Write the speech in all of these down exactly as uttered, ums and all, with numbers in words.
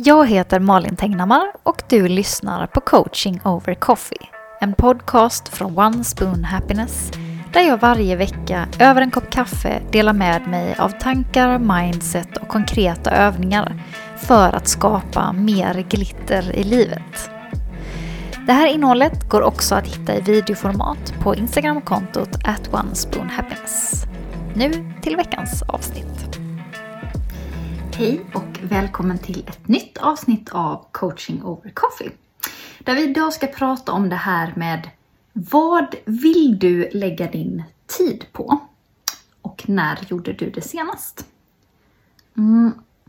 Jag heter Malin Tegnhammar och du lyssnar på Coaching Over Coffee. En podcast från One Spoon Happiness där jag varje vecka över en kopp kaffe delar med mig av tankar, mindset och konkreta övningar för att skapa mer glitter i livet. Det här innehållet går också att hitta i videoformat på Instagramkontot at One Spoon Happiness. Nu till veckans avsnitt. Hej och välkommen till ett nytt avsnitt av Coaching Over Coffee. Där vi idag ska prata om det här med vad vill du lägga din tid på? Och när gjorde du det senast? Mm.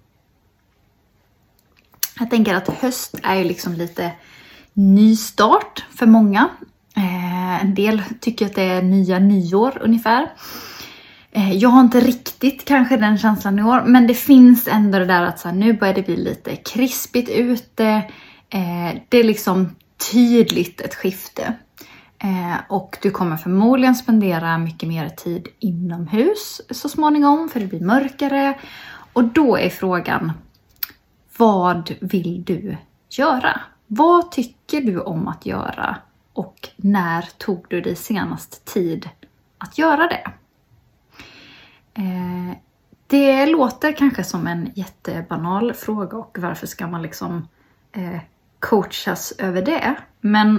Jag tänker att höst är ju liksom lite nystart för många. Eh, en del tycker att det är nya nyår ungefär. Jag har inte riktigt kanske den känslan i år. Men det finns ändå det där att så här, nu börjar det bli lite krispigt ute. Eh, det är liksom tydligt ett skifte. Eh, och du kommer förmodligen spendera mycket mer tid inomhus så småningom. För det blir mörkare. Och då är frågan, vad vill du göra? Vad tycker du om att göra? Och när tog du dig senast tid att göra det? Eh, det låter kanske som en jättebanal fråga och varför ska man liksom eh, coachas över det? Men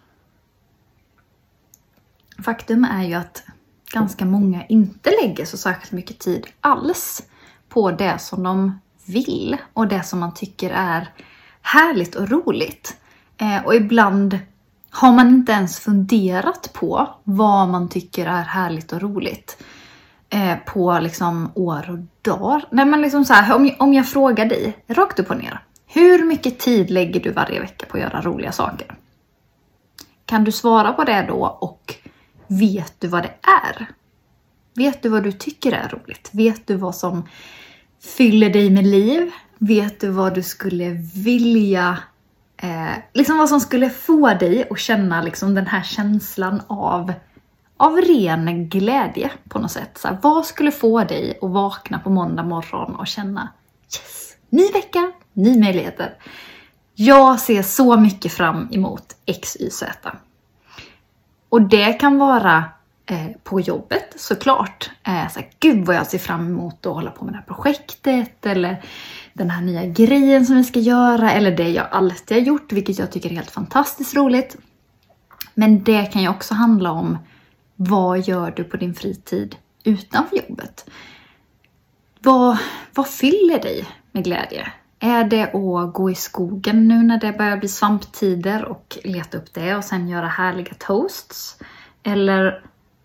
faktum är ju att ganska många inte lägger så särskilt mycket tid alls på det som de vill och det som man tycker är härligt och roligt. Eh, och ibland har man inte ens funderat på vad man tycker är härligt och roligt. Eh, på liksom år och dagar. Nej, men liksom så här, om, jag, om jag frågar dig rakt upp och ner. Hur mycket tid lägger du varje vecka på att göra roliga saker? Kan du svara på det då och vet du vad det är? Vet du vad du tycker är roligt? Vet du vad som fyller dig med liv? Vet du vad du skulle vilja... Eh, liksom vad som skulle få dig att känna liksom den här känslan av... Av ren glädje på något sätt. Så här, vad skulle få dig att vakna på måndag morgon och känna yes, ny vecka, ny möjligheter. Jag ser så mycket fram emot X Y Z. Och det kan vara eh, på jobbet såklart. Eh, så här, gud vad jag ser fram emot att hålla på med det här projektet. Eller den här nya grejen som vi ska göra. Eller det jag alltid har gjort, vilket jag tycker är helt fantastiskt roligt. Men det kan ju också handla om vad gör du på din fritid utanför jobbet? Vad, vad fyller dig med glädje? Är det att gå i skogen nu när det börjar bli svamptider och leta upp det och sen göra härliga toasts? Eller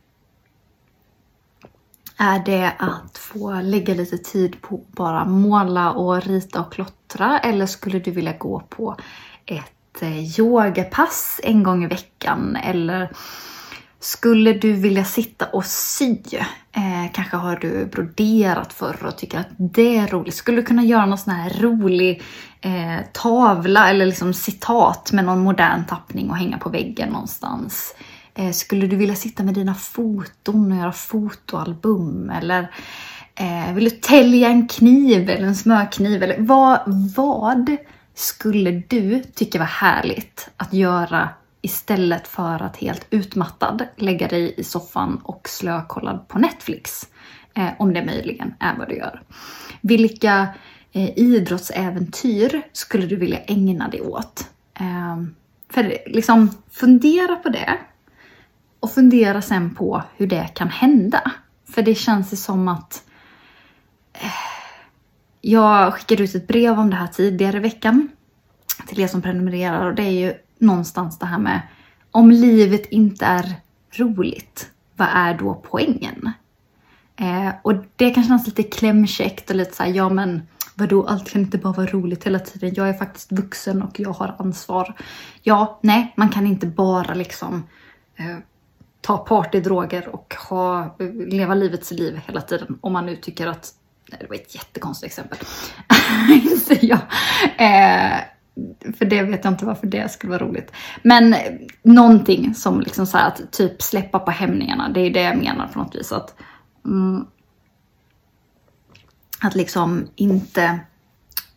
är det att få lägga lite tid på att bara måla och rita och klottra? Eller skulle du vilja gå på ett yogapass en gång i veckan? Eller... Skulle du vilja sitta och sy? Eh, kanske har du broderat förr och tycker att det är roligt. Skulle du kunna göra någon sån här rolig eh, tavla eller liksom citat med någon modern tappning och hänga på väggen någonstans? Eh, skulle du vilja sitta med dina foton och göra fotoalbum? Eller eh, vill du tälja en kniv eller en smörkniv? Eller vad, vad skulle du tycka var härligt att göra istället för att helt utmattad lägga dig i soffan och slökollad på Netflix? Eh, om det möjligen är vad du gör. Vilka eh, idrottsäventyr skulle du vilja ägna dig åt? Eh, för liksom fundera på det. Och fundera sen på hur det kan hända. För det känns ju som att... Eh, jag skickade ut ett brev om det här tidigare i veckan. Till er som prenumererar. Och det är ju någonstans det här med, om livet inte är roligt, vad är då poängen? Eh, och det kan kännas lite klämkäckt och lite så här, ja men vadå, allt kan inte bara vara roligt hela tiden. Jag är faktiskt vuxen och jag har ansvar. Ja, nej, man kan inte bara liksom eh, ta partydroger och ha, leva livets liv hela tiden. Om man nu tycker att, det var ett jättekonstigt exempel. Så ja, eh, för det vet jag inte varför det skulle vara roligt. Men någonting som liksom så här att typ släppa på hämningarna. Det är det jag menar på något vis. Att, mm, att liksom inte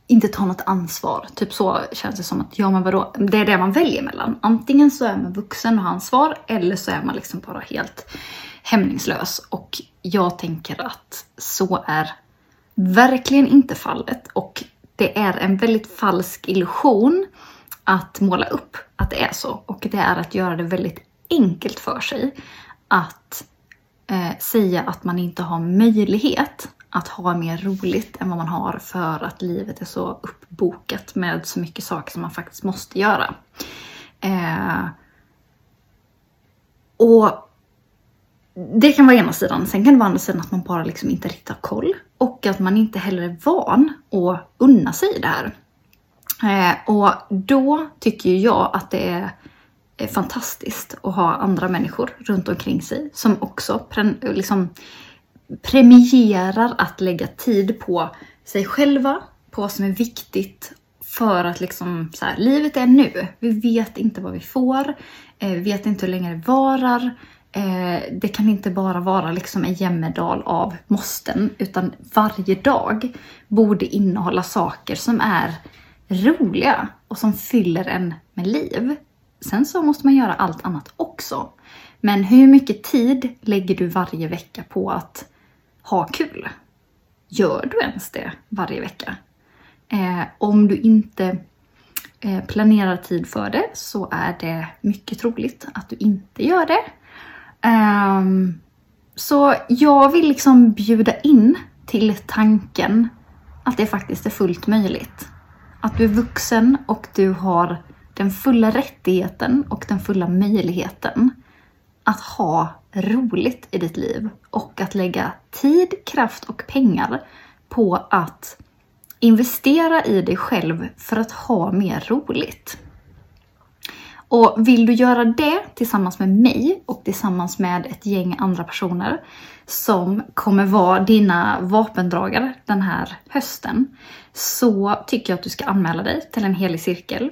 inte ta något ansvar. Typ så känns det som att, ja men vadå, det är det man väljer mellan. Antingen så är man vuxen och har ansvar, eller så är man liksom bara helt hämningslös. Och jag tänker att så är verkligen inte fallet. Och det är en väldigt falsk illusion att måla upp att det är så. Och det är att göra det väldigt enkelt för sig. Att eh, säga att man inte har möjlighet att ha mer roligt än vad man har, för att livet är så uppbokat med så mycket saker som man faktiskt måste göra. Eh, och det kan vara ena sidan. Sen kan det vara andra sidan att man bara liksom inte riktigt har koll. Och att man inte heller är van att unna sig det här. Eh, och då tycker jag att det är fantastiskt att ha andra människor runt omkring sig som också pre- liksom premierar att lägga tid på sig själva, på vad som är viktigt, för att liksom så här, livet är nu. Vi vet inte vad vi får, eh, vi vet inte hur länge det varar. Eh, det kan inte bara vara liksom en jämmerdal av måsten, utan varje dag borde innehålla saker som är roliga och som fyller en med liv. Sen så måste man göra allt annat också. Men hur mycket tid lägger du varje vecka på att ha kul? Gör du ens det varje vecka? Eh, om du inte eh, planerar tid för det, så är det mycket troligt att du inte gör det. Eh, så jag vill liksom bjuda in till tanken att det faktiskt är fullt möjligt. Att du är vuxen och du har den fulla rättigheten och den fulla möjligheten att ha roligt i ditt liv. Och att lägga tid, kraft och pengar på att investera i dig själv för att ha mer roligt. Och vill du göra det tillsammans med mig och tillsammans med ett gäng andra personer som kommer vara dina vapendragare den här hösten, så tycker jag att du ska anmäla dig till en helig cirkel.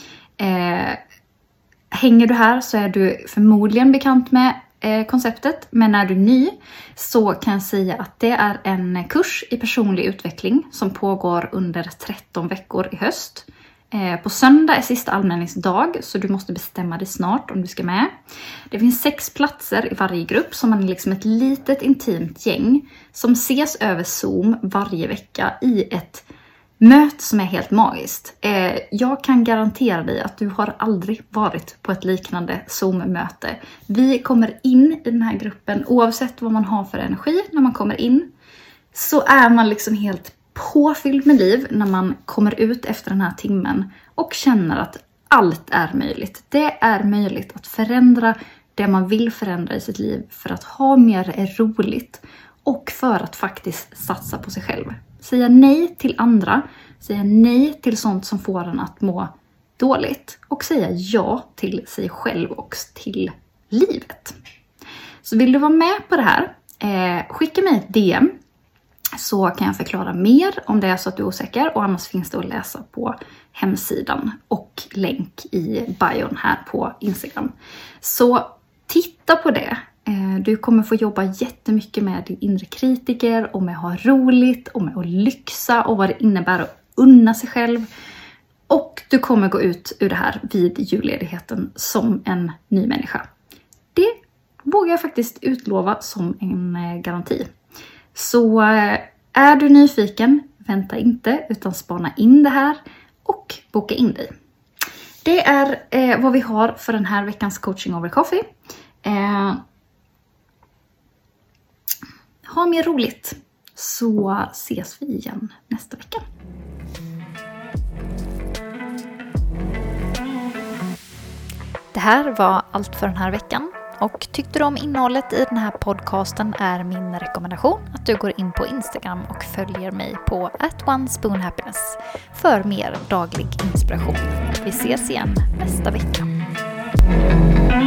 Eh, hänger du här så är du förmodligen bekant med eh, konceptet, men när du är ny så kan jag säga att det är en kurs i personlig utveckling som pågår under tretton veckor i höst. Eh, på söndag är sista anmälningsdag, så du måste bestämma dig snart om du ska med. Det finns sex platser i varje grupp, som är liksom ett litet intimt gäng som ses över Zoom varje vecka i ett möte som är helt magiskt. Eh, jag kan garantera dig att du har aldrig varit på ett liknande Zoom-möte. Vi kommer in i den här gruppen, oavsett vad man har för energi när man kommer in, så är man liksom helt påfylld med liv när man kommer ut efter den här timmen och känner att allt är möjligt. Det är möjligt att förändra det man vill förändra i sitt liv för att ha mer roligt och för att faktiskt satsa på sig själv. Säga nej till andra, säga nej till sånt som får en att må dåligt och säga ja till sig själv och till livet. Så vill du vara med på det här, eh, skicka mig ett D M så kan jag förklara mer om det är så att du är osäker, och annars finns det att läsa på hemsidan och länk i bion här på Instagram. Så titta på det. Du kommer få jobba jättemycket med din inre kritiker och med att ha roligt och med att lyxa och vad det innebär att unna sig själv. Och du kommer gå ut ur det här vid julledigheten som en ny människa. Det vågar jag faktiskt utlova som en garanti. Så är du nyfiken, vänta inte utan spana in det här och boka in dig. Det är eh, vad vi har för den här veckans coaching over coffee. Eh, Ha mer roligt, så ses vi igen nästa vecka. Det här var allt för den här veckan. Och tyckte du om innehållet i den här podcasten är min rekommendation att du går in på Instagram och följer mig på at one spoon happiness för mer daglig inspiration. Vi ses igen nästa vecka.